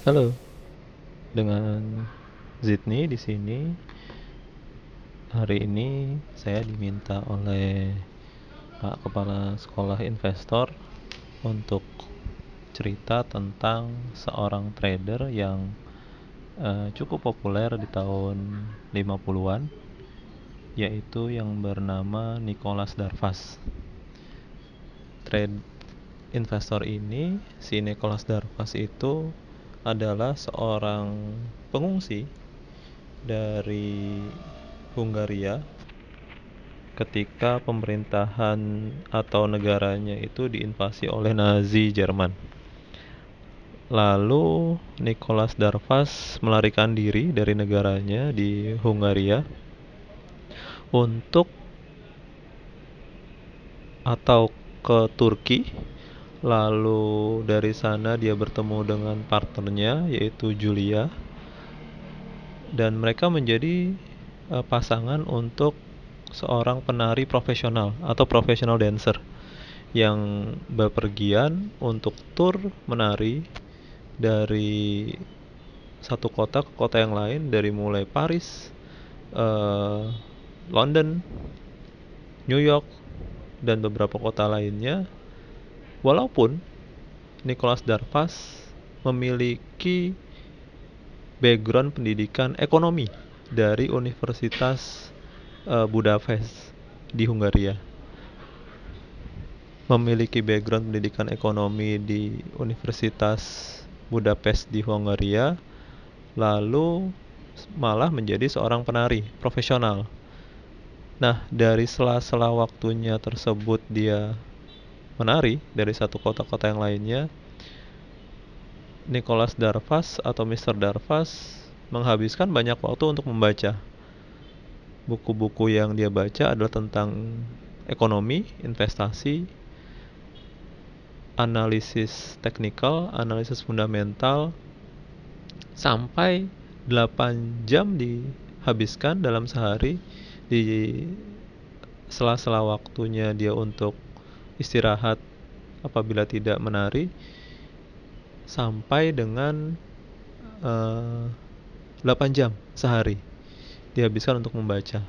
Halo, dengan Zidni di sini. Hari ini saya diminta oleh Pak Kepala Sekolah Investor untuk cerita tentang seorang trader yang cukup populer di tahun 50-an, yaitu yang bernama Nicholas Darvas. Trade investor ini, si Nicholas Darvas itu adalah seorang pengungsi dari Hungaria ketika pemerintahan atau negaranya itu diinvasi oleh Nazi Jerman. Lalu Nicholas Darvas melarikan diri dari negaranya di Hungaria untuk atau ke Turki. Lalu dari sana dia bertemu dengan partnernya yaitu Julia, dan mereka menjadi pasangan untuk seorang penari profesional atau professional dancer yang bepergian untuk tur menari dari satu kota ke kota yang lain, dari mulai Paris, eh, London, New York, dan beberapa kota lainnya. Walaupun Nicholas Darvas memiliki background pendidikan ekonomi dari Universitas Budapest di Hungaria, memiliki background pendidikan ekonomi di Universitas Budapest di Hungaria, lalu malah menjadi seorang penari profesional. Nah, dari sela-sela waktunya tersebut dia menari dari satu kota-kota yang lainnya, Nicholas Darvas atau Mr. Darvas menghabiskan banyak waktu untuk membaca. Buku-buku yang dia baca adalah tentang ekonomi, investasi, analisis teknikal, analisis fundamental, sampai 8 jam dihabiskan dalam sehari di sela-sela waktunya dia untuk istirahat apabila tidak menari, sampai dengan 8 jam sehari dihabiskan untuk membaca.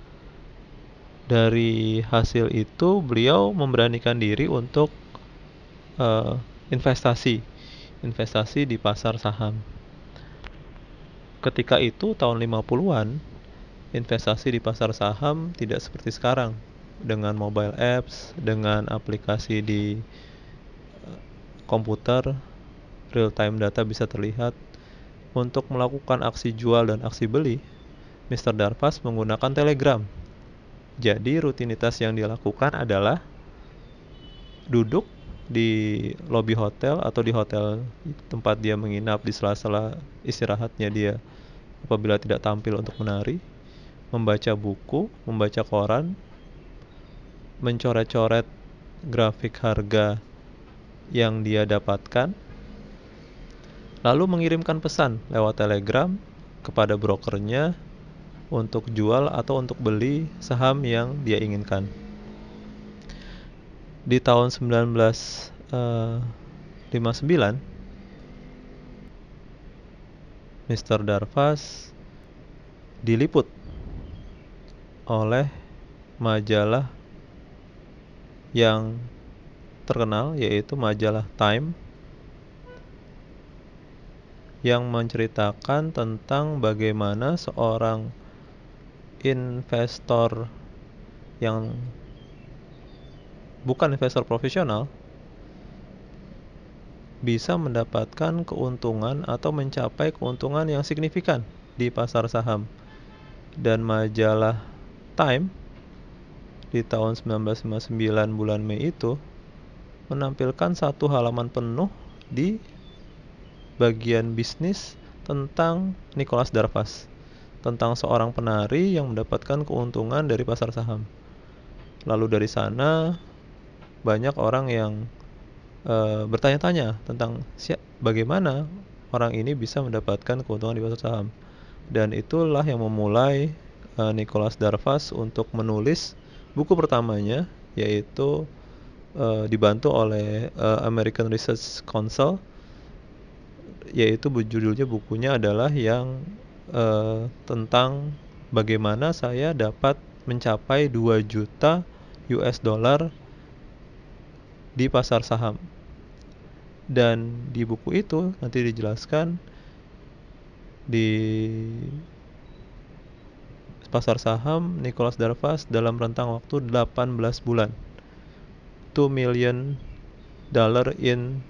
Dari hasil itu beliau memberanikan diri untuk uh, investasi investasi di pasar saham. Ketika itu tahun 50-an, investasi di pasar saham tidak seperti sekarang dengan mobile apps, dengan aplikasi di komputer, real time data bisa terlihat. Untuk melakukan aksi jual dan aksi beli, Mr. Darvas menggunakan Telegram. Jadi rutinitas yang dilakukan adalah duduk di lobi hotel atau di hotel tempat dia menginap di sela-sela istirahatnya dia apabila tidak tampil untuk menari, membaca buku, membaca koran, mencoret-coret grafik harga yang dia dapatkan, lalu mengirimkan pesan lewat Telegram kepada brokernya untuk jual atau untuk beli saham yang dia inginkan. Di tahun 1959, Mr. Darvas diliput oleh majalah yang terkenal, yaitu majalah Time, yang menceritakan tentang bagaimana seorang investor yang bukan investor profesional bisa mendapatkan keuntungan atau mencapai keuntungan yang signifikan di pasar saham. Dan majalah Time di tahun 1959 bulan Mei itu menampilkan satu halaman penuh di bagian bisnis tentang Nicholas Darvas, tentang seorang penari yang mendapatkan keuntungan dari pasar saham. Lalu dari sana banyak orang yang bertanya-tanya tentang bagaimana orang ini bisa mendapatkan keuntungan di pasar saham. Dan itulah yang memulai Nicholas Darvas untuk menulis buku pertamanya, yaitu dibantu oleh American Research Council, yaitu judulnya bukunya adalah yang tentang bagaimana saya dapat mencapai 2 juta US dollar di pasar saham. Dan di buku itu nanti dijelaskan di pasar saham Nicholas Darvas dalam rentang waktu 18 bulan. $2 million in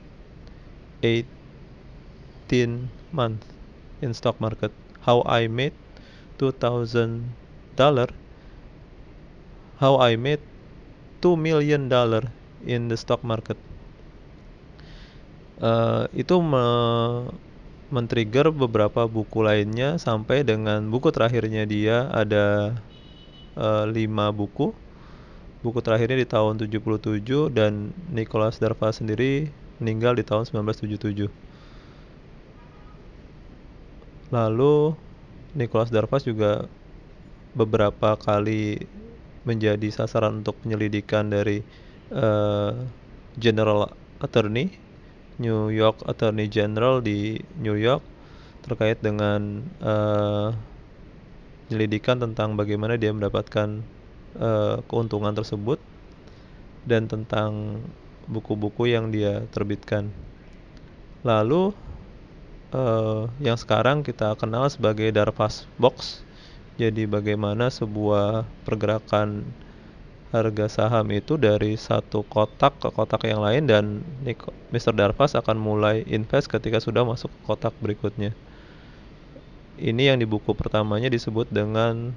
18 months in stock market. How I made $2,000. How I made $2 million in the stock market. Itu men-trigger beberapa buku lainnya sampai dengan buku terakhirnya dia ada 5 buku. Buku terakhirnya di tahun 77 dan Nicholas Darvas sendiri meninggal di tahun 1977. Lalu Nicholas Darvas juga beberapa kali menjadi sasaran untuk penyelidikan dari General Attorney, New York Attorney General di New York, terkait dengan penyelidikan tentang bagaimana dia mendapatkan keuntungan tersebut dan tentang buku-buku yang dia terbitkan. Lalu yang sekarang kita kenal sebagai Darvas Box. Jadi bagaimana sebuah pergerakan harga saham itu dari satu kotak ke kotak yang lain, dan Mr. Darvas akan mulai invest ketika sudah masuk ke kotak berikutnya. Ini yang di buku pertamanya disebut dengan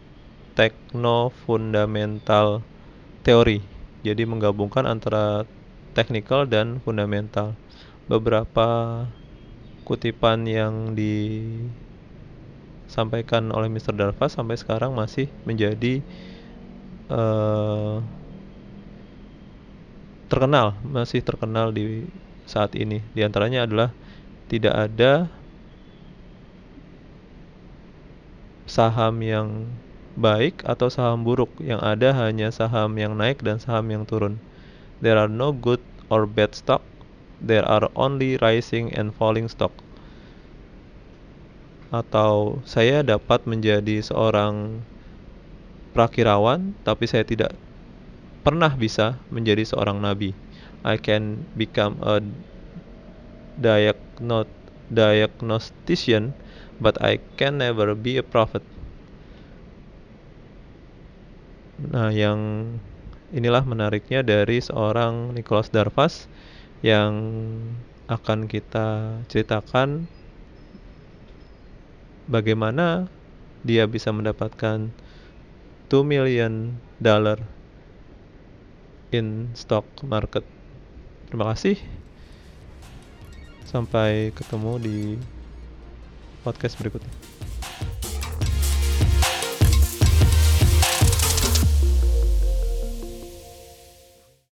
Techno-Fundamental Theory. Jadi menggabungkan antara technical dan fundamental. Beberapa kutipan yang disampaikan oleh Mr. Darvas sampai sekarang masih menjadi terkenal di saat ini. Di antaranya adalah tidak ada saham yang baik atau saham buruk, yang ada hanya saham yang naik dan saham yang turun. There are no good or bad stock, there are only rising and falling stock. Atau saya dapat menjadi seorang prakirawan, tapi saya tidak pernah bisa menjadi seorang nabi. I can become a diagnostician, but I can never be a prophet. Nah, yang inilah menariknya dari seorang Nicholas Darvas yang akan kita ceritakan bagaimana dia bisa mendapatkan $2 million in stock market. Terima kasih. Sampai ketemu di podcast berikutnya.